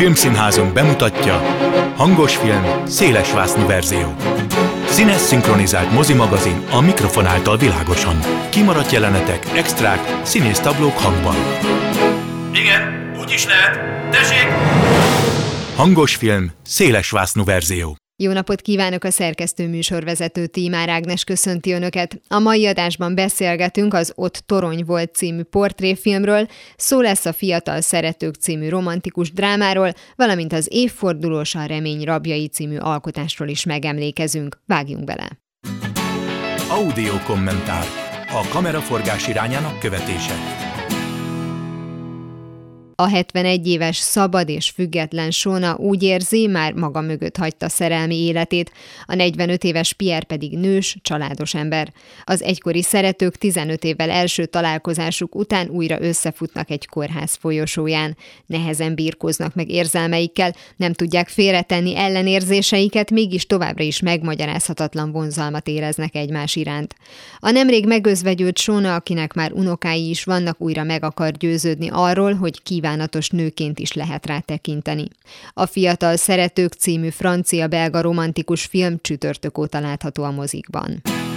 Filmszínházunk bemutatja hangos film, szélesvásznú verzió. Színes szinkronizált mozimagazin a mikrofon által világosan. Kimaradt jelenetek, extrák, színésztablók hangban. Igen, úgy is lehet. Tessék! Hangos film, szélesvásznú verzió. Jó napot kívánok, a szerkesztő műsorvezető Tímár Ágnes köszönti Önöket. A mai adásban beszélgetünk az Ott torony volt című portréfilmről, szó lesz a Fiatal szeretők című romantikus drámáról, valamint az évfordulós A remény rabjai című alkotásról is megemlékezünk. Vágjunk bele! Audio kommentár. A kameraforgás irányának követése. A 71 éves szabad és független Shona úgy érzi, már maga mögött hagyta szerelmi életét, a 45 éves Pierre pedig nős, családos ember. Az egykori szeretők 15 évvel első találkozásuk után újra összefutnak egy kórház folyosóján. Nehezen birkóznak meg érzelmeikkel, nem tudják félretenni ellenérzéseiket, mégis továbbra is megmagyarázhatatlan vonzalmat éreznek egymás iránt. A nemrég megözvegyült Shona, akinek már unokái is vannak, újra meg akar győződni arról, hogy kívánatos nőként is lehet rá tekinteni. A Fiatal szeretők című francia-belga romantikus film csütörtök óta látható a mozikban.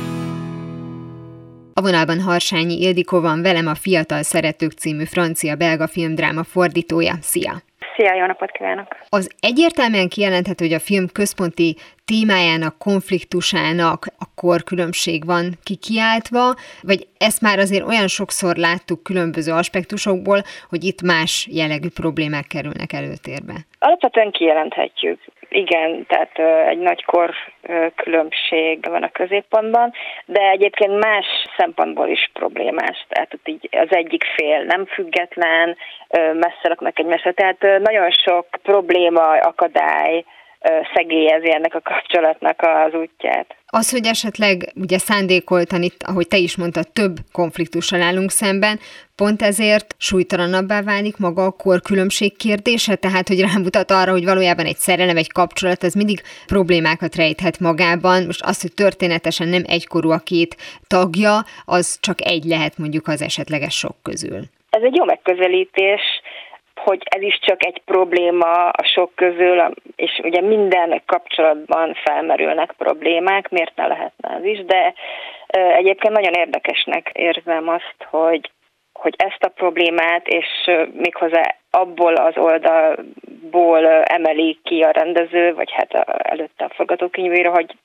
A vonalban Harsányi Ildikó van velem, a Fiatal szeretők című francia-belga filmdráma fordítója. Szia! Szia, jó napot kívánok! Az egyértelműen kijelenthető, hogy a film központi témájának, konfliktusának a korkülönbség van kikiáltva, vagy ezt már azért olyan sokszor láttuk különböző aspektusokból, hogy itt más jellegű problémák kerülnek előtérbe? Alapvetően kijelenthetjük. Igen, tehát egy nagy korkülönbség van a középpontban, de egyébként más szempontból is problémás. Tehát ott így az egyik fél nem független, messze laknak egymásra. Tehát nagyon sok probléma, akadály szegélyezi ennek a kapcsolatnak az útját. Az, hogy esetleg ugye szándékoltan itt, ahogy te is mondtad, több konfliktussal állunk szemben, pont ezért súlytalanabbá válik maga a korkülönbség kérdése, tehát hogy rámutat arra, hogy valójában egy szerelem, egy kapcsolat, az mindig problémákat rejthet magában. Most az, hogy történetesen nem egykorú a két tagja, az csak egy lehet mondjuk az esetleges sok közül. Ez egy jó megközelítés, hogy ez is csak egy probléma a sok közül, és ugye minden kapcsolatban felmerülnek problémák, miért ne lehetne az is, de egyébként nagyon érdekesnek érzem azt, hogy ezt a problémát, és méghozzá abból az oldalból emeli ki a rendező, vagy hát előtte a forgatókönyvíró, hogy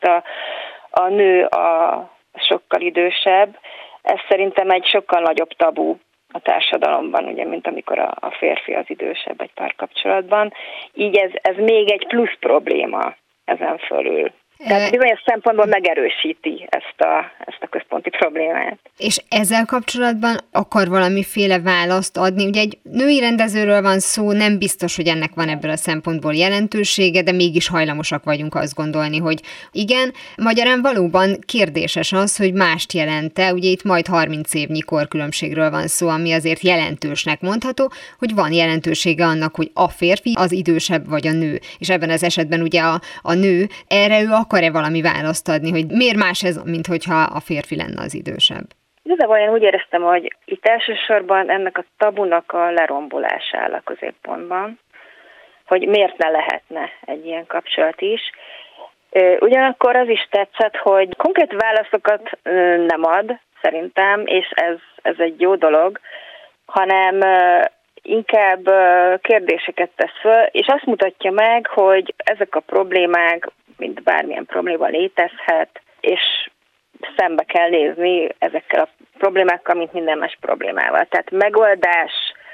a nő a sokkal idősebb. Ez szerintem egy sokkal nagyobb tabu a társadalomban, ugye, mint amikor a férfi az idősebb egy párkapcsolatban. Így ez még egy plusz probléma ezen fölül. Tehát bizonyos szempontból megerősíti ezt a központi problémát. És ezzel kapcsolatban akar valamiféle választ adni? Ugye egy női rendezőről van szó, nem biztos, hogy ennek van ebből a szempontból jelentősége, de mégis hajlamosak vagyunk azt gondolni, hogy igen. Magyarán valóban kérdéses az, hogy mást jelente. Ugye itt majd 30 évnyi korkülönbségről van szó, ami azért jelentősnek mondható, hogy van jelentősége annak, hogy a férfi az idősebb vagy a nő. És ebben az esetben ugye a nő erre ő akar-e valami választ adni, hogy miért más ez, mint hogyha a férfi lenne az idősebb? Igazából én úgy éreztem, hogy itt elsősorban ennek a tabunak a lerombolása áll a középpontban, hogy miért ne lehetne egy ilyen kapcsolat is. Ugyanakkor az is tetszett, hogy konkrét válaszokat nem ad, szerintem, és ez egy jó dolog, hanem inkább kérdéseket tesz föl, és azt mutatja meg, hogy ezek a problémák, mint bármilyen probléma létezhet, és szembe kell nézni ezekkel a problémákkal, mint minden más problémával. Tehát megoldás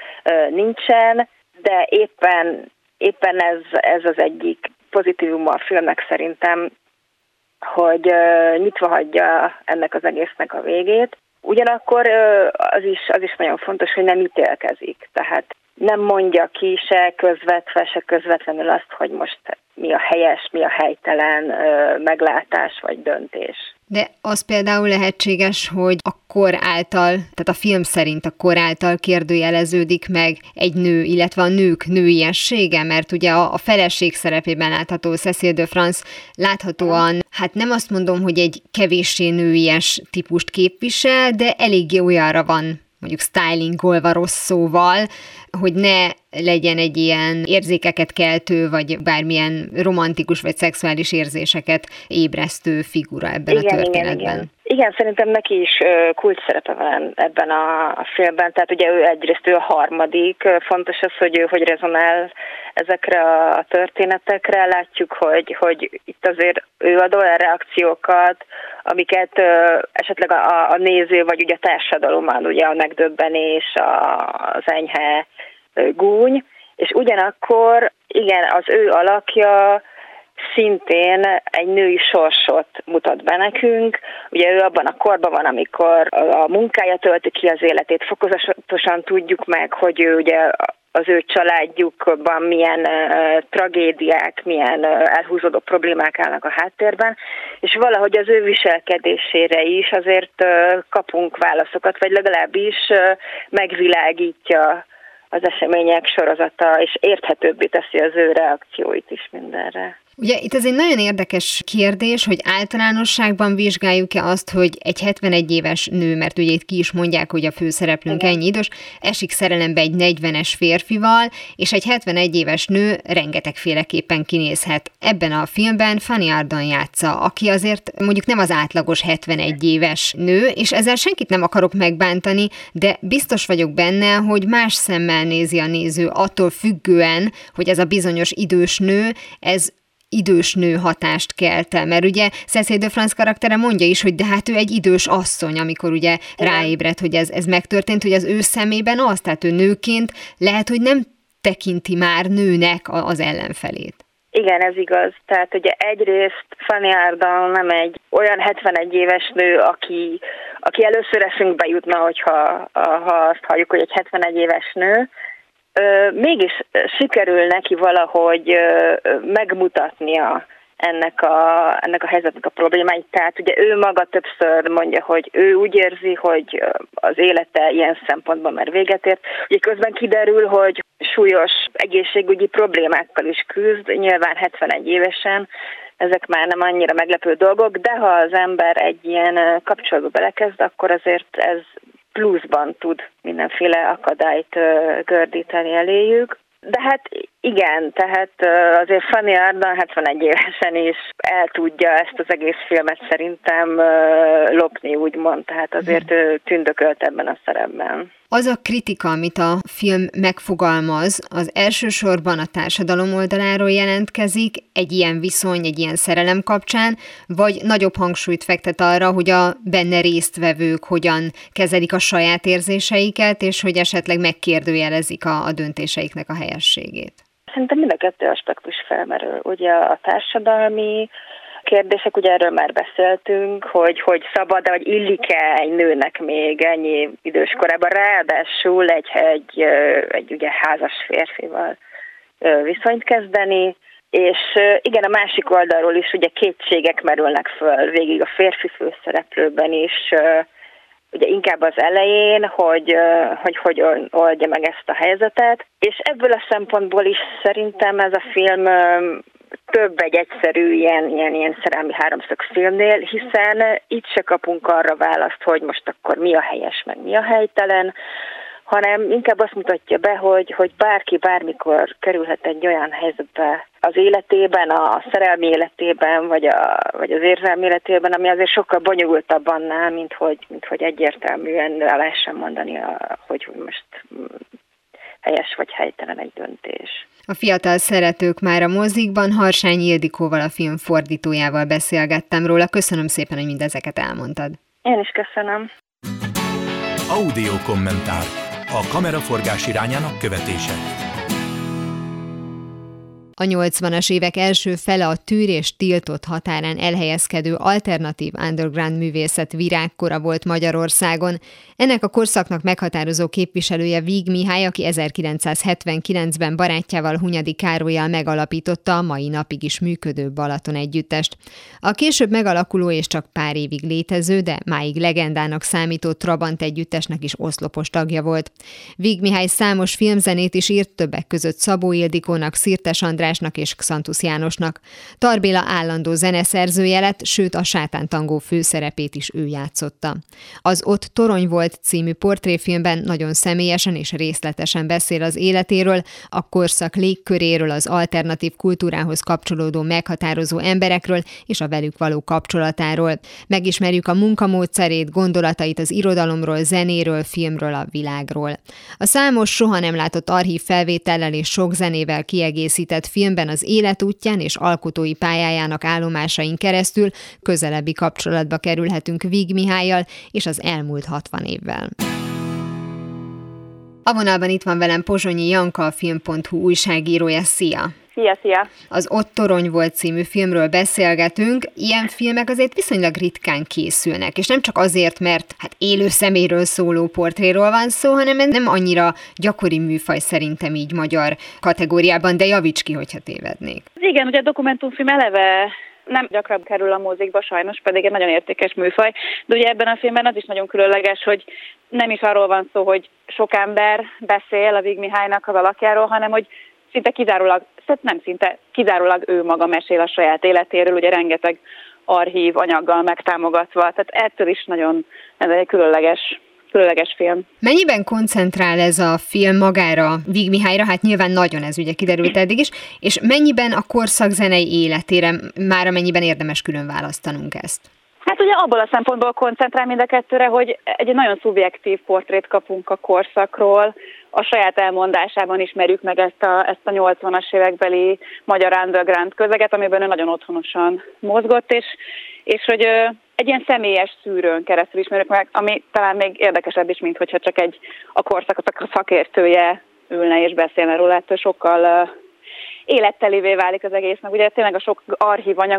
nincsen, de éppen ez az egyik pozitívuma a filmnek szerintem, hogy nyitva hagyja ennek az egésznek a végét. Ugyanakkor az is nagyon fontos, hogy nem ítélkezik. Tehát nem mondja ki se közvetlenül azt, hogy most mi a helyes, mi a helytelen meglátás vagy döntés. De az például lehetséges, hogy a kor által, tehát a film szerint a kor által kérdőjeleződik meg egy nő, illetve a nők nőiessége, mert ugye a feleség szerepében látható Cécile de France láthatóan, hát nem azt mondom, hogy egy kevéssé nőies típust képvisel, de eléggé olyanra van mondjuk stylingolva rossz szóval, hogy ne legyen egy ilyen érzékeket keltő, vagy bármilyen romantikus vagy szexuális érzéseket ébresztő figura ebben a történetben. Igen, szerintem neki is kulcs szerepe van ebben a filmben, tehát ugye egyrészt ő a harmadik, fontos az, hogy ő hogy rezonál ezekre a történetekre, látjuk, hogy itt azért ő ad olyan reakciókat, amiket esetleg a néző, vagy ugye a társadalomban, ugye a megdöbbenés, az enyhe gúny, és ugyanakkor igen, az ő alakja szintén egy női sorsot mutat be nekünk. Ugye ő abban a korban van, amikor a munkája tölti ki az életét, fokozatosan tudjuk meg, hogy ő ugye az ő családjukban milyen tragédiák, milyen elhúzódó problémák állnak a háttérben, és valahogy az ő viselkedésére is azért kapunk válaszokat, vagy legalábbis megvilágítja az események sorozata, és érthetőbbé teszi az ő reakcióit is mindenre. Ugye itt ez egy nagyon érdekes kérdés, hogy általánosságban vizsgáljuk-e azt, hogy egy 71 éves nő, mert ugye itt ki is mondják, hogy a főszereplőnk ennyi idős, esik szerelembe egy 40-es férfival, és egy 71 éves nő rengetegféleképpen kinézhet. Ebben a filmben Fanny Ardant játsza, aki azért mondjuk nem az átlagos 71 éves nő, és ezzel senkit nem akarok megbántani, de biztos vagyok benne, hogy más szemmel nézi a néző attól függően, hogy ez a bizonyos idős nő, ez idős nő hatást kelt el, mert ugye Cécile de France karaktere mondja is, hogy de hát ő egy idős asszony, amikor ugye ráébred, hogy ez megtörtént, hogy az ő szemében az, tehát ő nőként lehet, hogy nem tekinti már nőnek az ellenfelét. Igen, ez igaz. Tehát ugye egyrészt Fanny Ardant nem egy olyan 71 éves nő, aki először eszünkbe jutna, hogyha azt halljuk, hogy egy 71 éves nő, mégis sikerül neki valahogy megmutatnia ennek a helyzetnek a problémáit. Tehát ugye ő maga többször mondja, hogy ő úgy érzi, hogy az élete ilyen szempontban már véget ért. Ugye közben kiderül, hogy súlyos egészségügyi problémákkal is küzd, nyilván 71 évesen, ezek már nem annyira meglepő dolgok, de ha az ember egy ilyen kapcsolatba belekezd, akkor azért ez pluszban tud mindenféle akadályt gördíteni eléjük. De hát igen, tehát azért Fanny Ardant 71 évesen is el tudja ezt az egész filmet szerintem lopni, úgymond, tehát azért tündökölt ebben a szerepben. Az a kritika, amit a film megfogalmaz, az elsősorban a társadalom oldaláról jelentkezik, egy ilyen viszony, egy ilyen szerelem kapcsán, vagy nagyobb hangsúlyt fektet arra, hogy a benne résztvevők hogyan kezelik a saját érzéseiket, és hogy esetleg megkérdőjelezik a döntéseiknek a helyességét? Szerintem mind a kettő aspektus felmerül. Ugye a társadalmi kérdések, ugye erről már beszéltünk, hogy szabad-e, vagy illik-e egy nőnek még ennyi idős korában, ráadásul egy ugye házas férfival viszonyt kezdeni, és igen, a másik oldalról is ugye kétségek merülnek föl végig a férfi főszereplőben is, ugye inkább az elején, hogy oldja meg ezt a helyzetet, és ebből a szempontból is szerintem ez a film több egy egyszerű ilyen szerelmi háromszög filmnél, hiszen itt se kapunk arra választ, hogy most akkor mi a helyes, meg mi a helytelen, hanem inkább azt mutatja be, hogy bárki bármikor kerülhet egy olyan helyzetbe az életében, a szerelmi életében, vagy az érzelmi életében, ami azért sokkal bonyolultabb annál, mint hogy egyértelműen lehessen mondani, hogy most helyes vagy helytelen egy döntés. A fiatal szeretők már a mozikban, Harsányi Ildikóval, a film fordítójával beszélgettem róla. Köszönöm szépen, hogy mindezeket elmondtad. Én is köszönöm. Audio kommentár. A kameraforgás irányának követése. A 80-as évek első fele a tűr és tiltott határán elhelyezkedő alternatív underground művészet virágkora volt Magyarországon. Ennek a korszaknak meghatározó képviselője Víg Mihály, aki 1979-ben barátjával, Hunyadi Károllyal megalapította a mai napig is működő Balaton együttest. A később megalakuló és csak pár évig létező, de máig legendának számító Trabant együttesnek is oszlopos tagja volt. Víg Mihály számos filmzenét is írt, többek között Szabó Ildikónak, Szirtes András Andrásnak és Xantusz Jánosnak. Tarbéla állandó zeneszerzője lett, sőt a Sátántangó főszerepét is ő játszotta. Az Ott torony volt című portréfilmben nagyon személyesen és részletesen beszél az életéről, a korszak légköréről, az alternatív kultúrához kapcsolódó meghatározó emberekről és a velük való kapcsolatáról. Megismerjük a munkamódszerét, gondolatait az irodalomról, zenéről, filmről, a világról. A számos soha nem látott archív felvétellel és sok zenével kiegészített filmben az életútján és alkotói pályájának állomásain keresztül közelebbi kapcsolatba kerülhetünk Víg Mihállyal és az elmúlt 60 évvel. A vonalban itt van velem Pozsonyi Janka, a film.hu újságírója. Szia! Szia! Az Ott torony volt című filmről beszélgetünk. Ilyen filmek azért viszonylag ritkán készülnek, és nem csak azért, mert élő személyről szóló portréról van szó, hanem nem annyira gyakori műfaj szerintem így magyar kategóriában, de javíts ki, hogyha tévednék. Igen, ugye a dokumentumfilm eleve nem gyakran kerül a mozikba sajnos, pedig egy nagyon értékes műfaj, de ugye ebben a filmben az is nagyon különleges, hogy nem is arról van szó, hogy sok ember beszél a Víg Mihálynak az alakjáról, hanem hogy kizárólag ő maga mesél a saját életéről, ugye rengeteg archív anyaggal megtámogatva, tehát ettől is ez egy különleges film. Mennyiben koncentrál ez a film magára, Víg Mihályra? Hát nyilván nagyon, ez ugye kiderült eddig is, és mennyiben a korszak zenei életére, már amennyiben érdemes külön választanunk ezt? Hát ugye abból a szempontból koncentrál mind a kettőre, hogy egy nagyon szubjektív portrét kapunk a korszakról, a saját elmondásában ismerjük meg ezt a 80-as évekbeli magyar underground közeget, amiben ő nagyon otthonosan mozgott, és hogy egy ilyen személyes szűrőn keresztül ismerjük meg, ami talán még érdekesebb is, mint hogyha csak a korszaknak a szakértője ülne és beszélne róla, ettől sokkal élettelivé válik az egésznek. Ugye tényleg a sok archív anyag,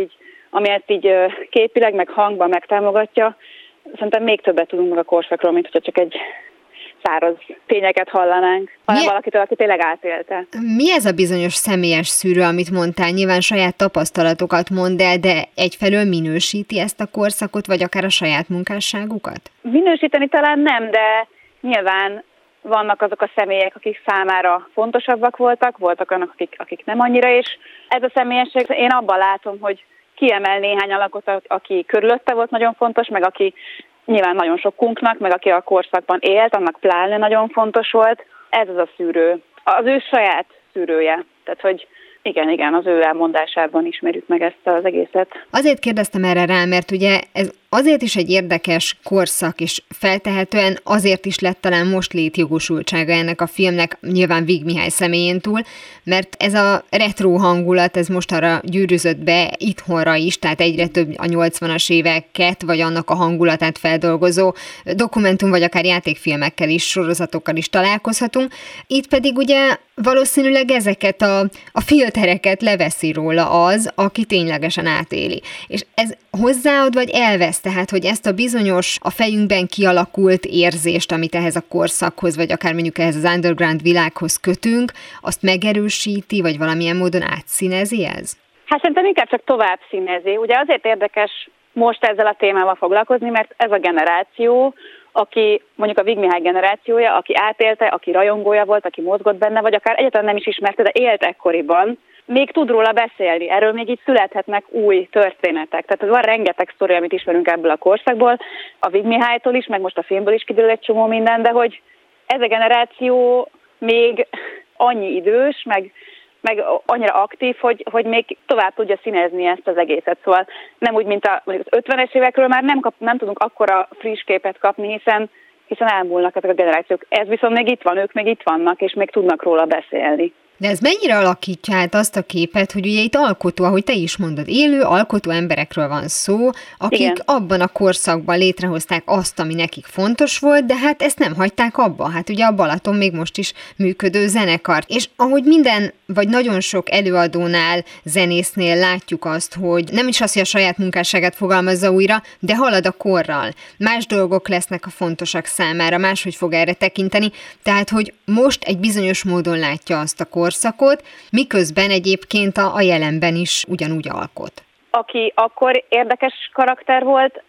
ami ezt így képileg, meg hangban megtámogatja, szerintem még többet tudunk meg a korszakról, mint hogyha csak egy száraz tényeket hallanánk, hanem valakitől, aki tényleg átélte. Mi ez a bizonyos személyes szűrő, amit mondtál? Nyilván saját tapasztalatokat mond el, de egyfelől minősíti ezt a korszakot, vagy akár a saját munkásságukat? Minősíteni talán nem, de nyilván vannak azok a személyek, akik számára fontosabbak voltak annak, akik nem annyira, és ez a személyesség, én abban látom, hogy kiemel néhány alakot, aki körülötte volt nagyon fontos, meg aki nyilván nagyon sokunknak, meg aki a korszakban élt, annak pláne nagyon fontos volt. Ez az a szűrő. Az ő saját szűrője. Tehát, hogy igen, az ő elmondásában ismerjük meg ezt az egészet. Azért kérdeztem erre rá, mert ugye ez azért is egy érdekes korszak, és feltehetően azért is lett talán most létjogosultsága ennek a filmnek, nyilván Víg Mihály személyén túl, mert ez a retro hangulat, ez most arra gyűrűzött be itthonra is, tehát egyre több a 80-as éveket, vagy annak a hangulatát feldolgozó dokumentum, vagy akár játékfilmekkel is, sorozatokkal is találkozhatunk. Itt pedig ugye valószínűleg ezeket a filtereket leveszi róla az, aki ténylegesen átéli. És ez hozzáad, vagy elvesz? Tehát, hogy ezt a bizonyos, a fejünkben kialakult érzést, amit ehhez a korszakhoz, vagy akár mondjuk ehhez az underground világhoz kötünk, azt megerősíti, vagy valamilyen módon átszínezi ez? Hát szerintem inkább csak tovább színezi. Ugye azért érdekes most ezzel a témával foglalkozni, mert ez a generáció, aki mondjuk a Víg Mihály generációja, aki átélte, aki rajongója volt, aki mozgott benne, vagy akár egyáltalán nem is ismerte, de élt ekkoriban, még tud róla beszélni. Erről még így születhetnek új történetek. Tehát van rengeteg sztori, amit ismerünk ebből a korszakból, a Víg Mihálytól is, meg most a filmből is kiderül egy csomó minden, de hogy ez a generáció még annyi idős, meg annyira aktív, hogy még tovább tudja színezni ezt az egészet. Szóval nem úgy, mint mondjuk az 50-es évekről már nem tudunk akkora friss képet kapni, hiszen elmúlnak ezek a generációk. Ez viszont még itt van, ők még itt vannak, és még tudnak róla beszélni. De ez mennyire alakítja át azt a képet, hogy ugye itt alkotó, ahogy te is mondod, élő, alkotó emberekről van szó, akik igen, abban a korszakban létrehozták azt, ami nekik fontos volt, de hát ezt nem hagyták abba. Hát ugye a Balaton még most is működő zenekar. És ahogy minden, vagy nagyon sok előadónál, zenésznél látjuk azt, hogy nem is az, hogy a saját munkásságát fogalmazza újra, de halad a korral. Más dolgok lesznek a fontosak számára, máshogy fog erre tekinteni. Tehát, hogy most egy bizonyos módon látja azt a korszakot, miközben egyébként a jelenben is ugyanúgy alkot. Aki akkor érdekes karakter volt,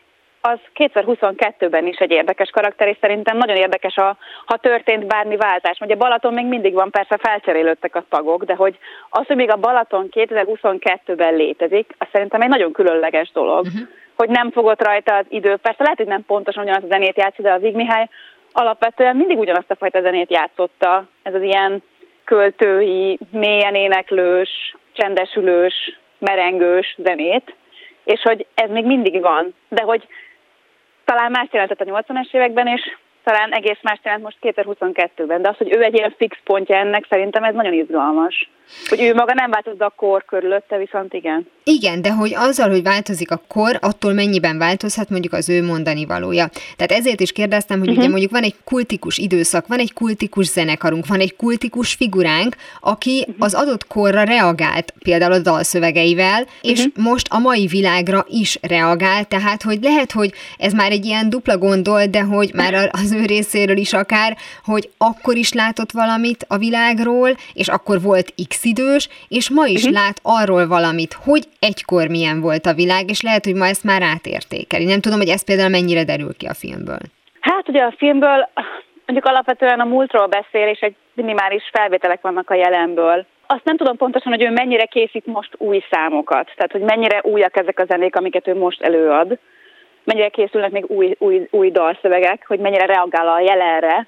az 2022-ben is egy érdekes karakter, és szerintem nagyon érdekes, ha történt bármi váltás. Ugye Balaton még mindig van, persze felcserélődtek a tagok, de hogy az, hogy még a Balaton 2022-ben létezik, az szerintem egy nagyon különleges dolog. Hogy nem fogott rajta az idő. Persze lehet, hogy nem pontosan ugyanazt a zenét játszik, de a Vig Mihály alapvetően mindig ugyanazt a fajta zenét játszotta. Ez az ilyen költői, mélyen éneklős, csendesülős, merengős zenét, és hogy ez még mindig van, de hogy talán más jelentett a 80-es években, és talán egész más jelent most 2022-ben, de az, hogy ő egy ilyen fix pontja ennek, szerintem ez nagyon izgalmas. Hogy ő maga nem változott a kor körülötte, viszont igen. Igen, de hogy azzal, hogy változik a kor, attól mennyiben változhat mondjuk az ő mondani valója. Tehát ezért is kérdeztem, hogy ugye mondjuk van egy kultikus időszak, van egy kultikus zenekarunk, van egy kultikus figuránk, aki az adott korra reagált, például a dalszövegeivel, és most a mai világra is reagál, tehát hogy lehet, hogy ez már egy ilyen dupla gondol, de hogy már az ő részéről is akár, hogy akkor is látott valamit a világról, és akkor volt X idős, és ma is lát arról valamit, hogy egykor milyen volt a világ, és lehet, hogy ma ezt már átértékeli. Nem tudom, hogy ez például mennyire derül ki a filmből. Hát ugye a filmből mondjuk alapvetően a múltról beszél, és egy minimális felvételek vannak a jelenből. Azt nem tudom pontosan, hogy ő mennyire készít most új számokat, tehát hogy mennyire újak ezek a zenék, amiket ő most előad, mennyire készülnek még új dalszövegek, hogy mennyire reagál a jelenre.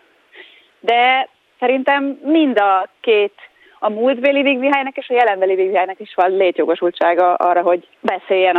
De szerintem mind a két, a múltbéli Vig Mihálynak és a jelenbeli Vig Mihálynak is van létjogosultsága arra, hogy beszéljen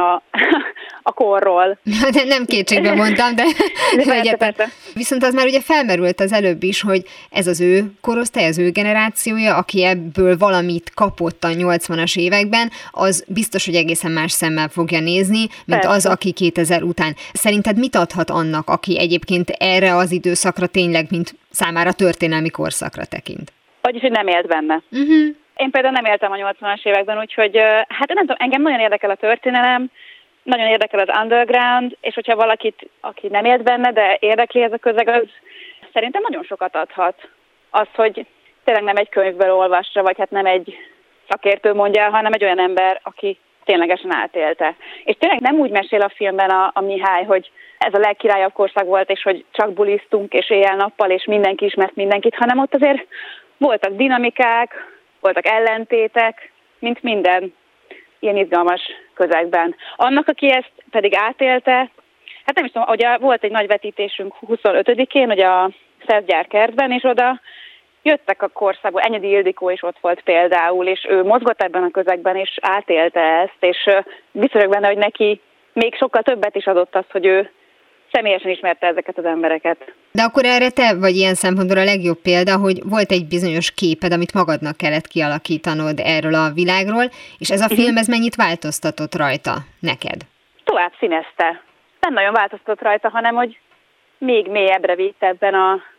a korról. De nem kétségbe mondtam, de persze. Viszont az már ugye felmerült az előbb is, hogy ez az ő korosztály, az ő generációja, aki ebből valamit kapott a 80-as években, az biztos, hogy egészen más szemmel fogja nézni, mint persze az, aki 2000 után. Szerinted mit adhat annak, aki egyébként erre az időszakra tényleg, mint számára történelmi korszakra tekint? Vagyis, hogy nem élt benne. Én például nem éltem a 80-as években, úgyhogy hát nem tudom, engem nagyon érdekel a történelem, nagyon érdekel az underground, és hogyha valakit, aki nem élt benne, de érdekli ez a közeg, az szerintem nagyon sokat adhat. Az, hogy tényleg nem egy könyvből olvassa, vagy hát nem egy szakértő mondja, hanem egy olyan ember, aki ténylegesen átélte. És tényleg nem úgy mesél a filmben a Mihály, hogy ez a legkirályabb korszak volt, és hogy csak bulisztunk, és éjjel-nappal, és mindenki ismert mindenkit, hanem ott azért voltak dinamikák, voltak ellentétek, mint minden ilyen izgalmas közegben. Annak, aki ezt pedig átélte, hát nem is tudom, ugye volt egy nagy vetítésünk 25-én, ugye a Szeszgyárkertben, és oda jöttek a korszakból, Enyedi Ildikó is ott volt például, és ő mozgott ebben a közegben, és átélte ezt, és biztos benne, hogy neki még sokkal többet is adott az, hogy ő személyesen ismerte ezeket az embereket. De akkor erre te vagy ilyen szempontból a legjobb példa, hogy volt egy bizonyos képed, amit magadnak kellett kialakítanod erről a világról, és ez a film, ez mennyit változtatott rajta neked? Tovább színezte. Nem nagyon változtatott rajta, hanem hogy még mélyebbre vitt ebben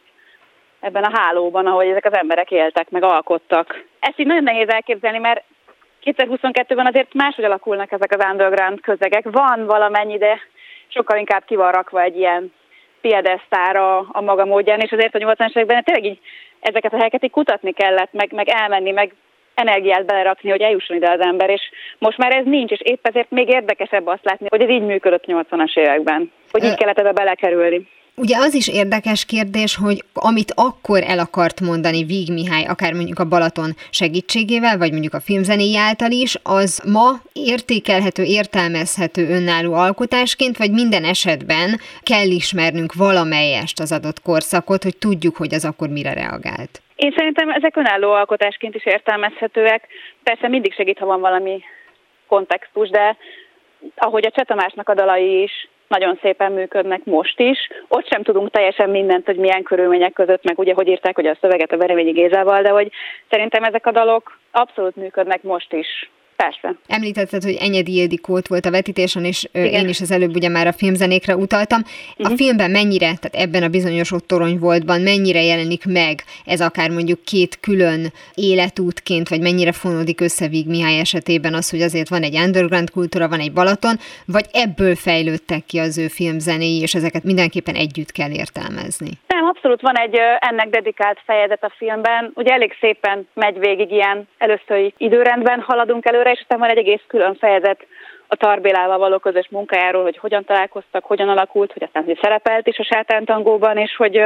a hálóban, ahogy ezek az emberek éltek, meg alkottak. Ezt így nagyon nehéz elképzelni, mert 2022-ben azért máshogy alakulnak ezek az underground közegek. Van valamennyi, de sokkal inkább ki van rakva egy ilyen piedesztára a maga módján, és azért a 80-as években tényleg így ezeket a helyeket így kutatni kellett, meg elmenni, meg energiát belerakni, hogy eljusson ide az ember, és most már ez nincs, és épp ezért még érdekesebb azt látni, hogy ez így működött 80-as években, hogy így kellett ebbe belekerülni. Ugye az is érdekes kérdés, hogy amit akkor el akart mondani Vig Mihály, akár mondjuk a Balaton segítségével, vagy mondjuk a filmzenéi által is, az ma értékelhető, értelmezhető önálló alkotásként, vagy minden esetben kell ismernünk valamelyest az adott korszakot, hogy tudjuk, hogy az akkor mire reagált. Én szerintem ezek önálló alkotásként is értelmezhetőek. Persze mindig segít, ha van valami kontextus, de ahogy a Cseh Tamásnak a dalai is nagyon szépen működnek most is. Ott sem tudunk teljesen mindent, hogy milyen körülmények között, meg ugye, hogy írták ugye a szöveget a Bereményi Gézával, de hogy szerintem ezek a dalok abszolút működnek most is. Persze. Említetted, hogy Enyedi Ildikó volt a vetítésen, és én is az előbb ugye már a filmzenékre utaltam. A filmben mennyire, tehát ebben a bizonyos ott toronyvoltban mennyire jelenik meg ez akár mondjuk két külön életútként, vagy mennyire fonódik össze Vig Mihály esetében az, hogy azért van egy underground kultúra, van egy Balaton, vagy ebből fejlődtek ki az ő filmzenéi, és ezeket mindenképpen együtt kell értelmezni? Nem, abszolút van egy ennek dedikált fejezet a filmben. Ugye elég szépen megy végig ilyen előszöri időrendben haladunk előre, és aztán van egy egész külön fejezet a Tarbélával való közös munkájáról, hogy hogyan találkoztak, hogyan alakult, hogy aztán hogy szerepelt is a sátántangóban, és hogy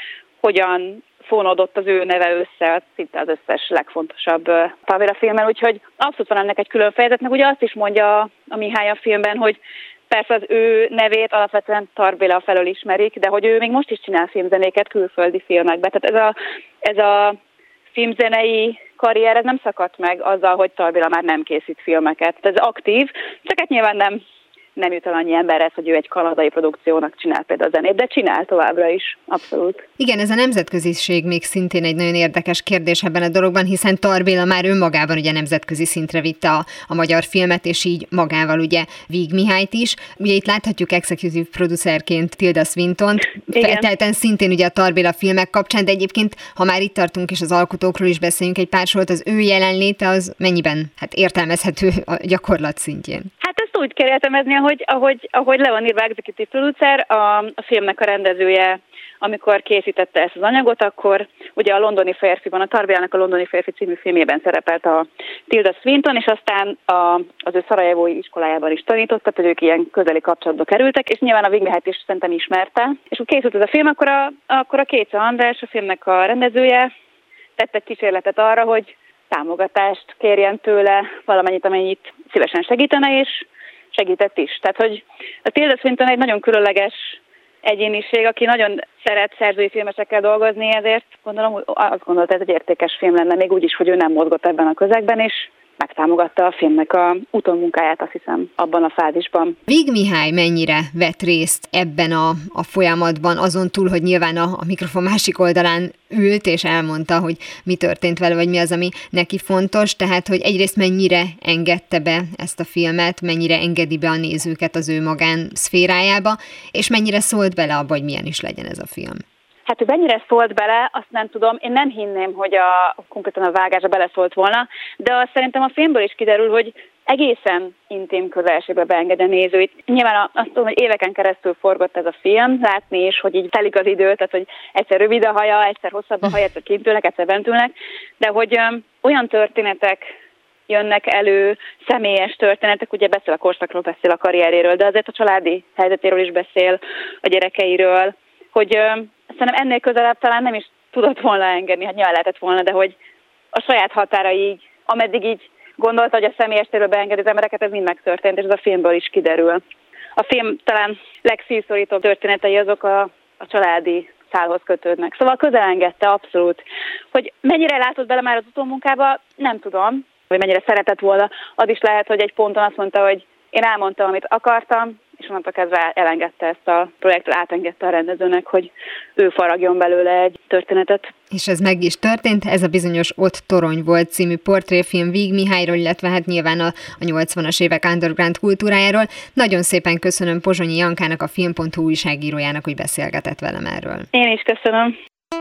hogyan fonódott az ő neve össze szinte az összes legfontosabb Tarbéla filmen, úgyhogy abszolút van ennek egy külön fejezet, meg ugye azt is mondja a Mihály a filmben, hogy persze az ő nevét alapvetően Tarbéla felől ismerik, de hogy ő még most is csinál filmzenéket külföldi filmekbe. Tehát ez a filmzenei karrier ez nem szakadt meg azzal, hogy Tarbéla már nem készít filmeket. Ez aktív, csak hát nyilván nem jut el annyi emberhez, hogy ő egy kanadai produkciónak csinál például a zenét, de csinál továbbra is, abszolút. Igen, ez a nemzetköziség még szintén egy nagyon érdekes kérdés ebben a dologban, hiszen Tarbéla már önmagában ugye nemzetközi szintre vitte a magyar filmet, és így magával ugye Víg Mihályt is. Ugye itt láthatjuk executive producerként Tilda Swintont, feltétlenül szintén ugye a Tarbéla filmek kapcsán, de egyébként, ha már itt tartunk és az alkotókról is beszéljünk egy pár sort, az ő jelenléte az mennyiben értelmezhető a gyakorlat szintjén? Hát ezt úgy kell értelmezni, ahogy le van írva executive producer, a filmnek a rendezője, amikor készítette ezt az anyagot, akkor ugye a Londoni férfiban, a Tarbélának a Londoni férfi című filmében szerepelt a Tilda Swinton, és aztán az ő szarajevói iskolájában is tanított, tehát hogy ők ilyen közeli kapcsolatba kerültek, és nyilván a Víg Mihályt is szerintem ismerte. És úgy készült ez a film, akkor a Kécse András, a filmnek a rendezője tett egy kísérletet arra, hogy támogatást kérjen tőle valamennyit, amennyit szívesen segítene, és segített is. Tehát, hogy a Tilda Swinton egy nagyon különleges egyéniség, aki nagyon szeret szerzői filmesekkel dolgozni, ezért azt gondolta, ez egy értékes film lenne, még úgy is, hogy ő nem mozgott ebben a közegben, és megtámogatta a filmnek a utómunkáját, azt hiszem, abban a fázisban. Víg Mihály mennyire vett részt ebben a folyamatban, azon túl, hogy nyilván a mikrofon másik oldalán ült, és elmondta, hogy mi történt vele, vagy mi az, ami neki fontos, tehát, hogy egyrészt mennyire engedte be ezt a filmet, mennyire engedi be a nézőket az ő magán szférájába, és mennyire szólt bele abba, hogy milyen is legyen ez a film. Hát, hogy mennyire szólt bele, azt nem tudom. Én nem hinném, hogy konkrétan a vágásra beleszólt volna, de szerintem a filmből is kiderül, hogy egészen intim közelségbe beenged a nézőit. Nyilván azt tudom, hogy éveken keresztül forgott ez a film, látni is, hogy így telik az idő, tehát hogy egyszer rövid a haja, egyszer hosszabb a haja, egyszer kint ülnek, egyszer bent ülnek, de hogy olyan történetek jönnek elő, személyes történetek, ugye beszél a korszakról, beszél a karrieréről, de azért a családi helyzetéről is beszél, a gyerekeiről, hogy szerintem ennél közelebb talán nem is tudott volna engedni, hát nyilván lehetett volna, de hogy a saját határaig, ameddig így gondolta, hogy a személyes térbe beengedi az embereket, ez mind megtörtént, és ez a filmből is kiderül. A film talán legszívszorítóbb történetei azok a családi szálhoz kötődnek. Szóval közel engedte abszolút. Hogy mennyire látott bele már az utómunkába, nem tudom, vagy mennyire szeretett volna. Az is lehet, hogy egy ponton azt mondta, hogy én elmondtam, amit akartam, és onnantól kezdve elengedte ezt a projektet, átengedte a rendezőnek, hogy ő faragjon belőle egy történetet. És ez meg is történt, ez a bizonyos Ott torony volt című portréfilm Víg Mihályról, illetve hát nyilván a 80-as évek underground kultúrájáról. Nagyon szépen köszönöm Pozsonyi Jankának, a Film.hu újságírójának, hogy beszélgetett velem erről. Én is köszönöm.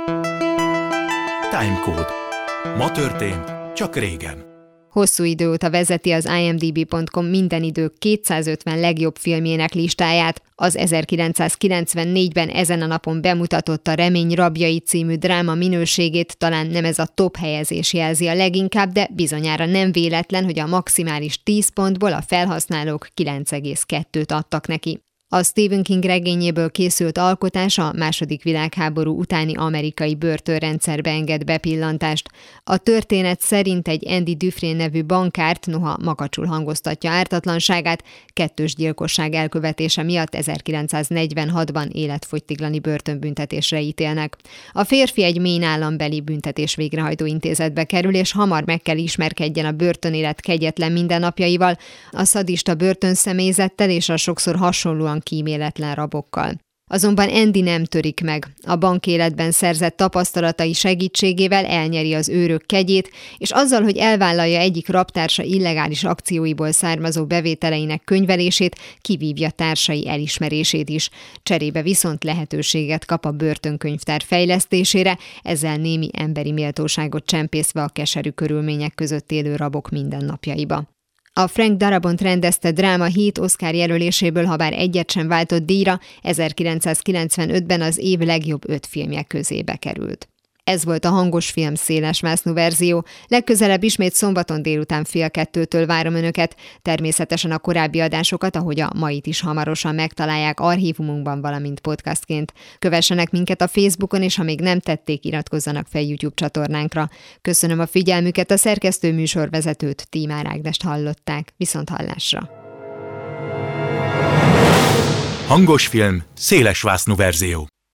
Timecode. Ma történt, csak régen. Hosszú idő óta vezeti az imdb.com minden idők 250 legjobb filmjének listáját. Az 1994-ben ezen a napon bemutatott a Remény rabjai című dráma minőségét talán nem ez a top helyezés jelzi a leginkább, de bizonyára nem véletlen, hogy a maximális 10 pontból a felhasználók 9,2-t adtak neki. A Stephen King regényéből készült alkotás a II. Világháború utáni amerikai börtönrendszerbe enged bepillantást. A történet szerint egy Andy Dufresne nevű bankárt, noha makacsul hangoztatja ártatlanságát, kettős gyilkosság elkövetése miatt 1946-ban életfogytiglani börtönbüntetésre ítélnek. A férfi egy Maine állambeli büntetés végrehajtó intézetbe kerül, és hamar meg kell ismerkedjen a börtönélet kegyetlen mindennapjaival, a szadista börtönszemélyzettel és a sokszor hasonlóan kíméletlen rabokkal. Azonban Andy nem törik meg. A bankéletben szerzett tapasztalatai segítségével elnyeri az őrök kegyét, és azzal, hogy elvállalja egyik rabtársa illegális akcióiból származó bevételeinek könyvelését, kivívja társai elismerését is. Cserébe viszont lehetőséget kap a börtönkönyvtár fejlesztésére, ezzel némi emberi méltóságot csempészve a keserű körülmények között élő rabok mindennapjaiba. A Frank Darabont rendezte dráma 7 Oscar jelöléséből, habár egyet sem váltott díjra, 1995-ben az év legjobb 5 filmje közé bekerült. Ez volt a Hangos Film szélesvásznú verzió. Legközelebb ismét szombaton délután 1:30-től várom Önöket. Természetesen a korábbi adásokat, ahogy a mait is hamarosan megtalálják archívumunkban, valamint podcastként. Kövessenek minket a Facebookon, és ha még nem tették, iratkozzanak fel YouTube csatornánkra. Köszönöm a figyelmüket, a szerkesztő műsorvezetőt, Tímár Ágnest hallották. Viszonthallásra! Hangos Film szélesvásznú verzió.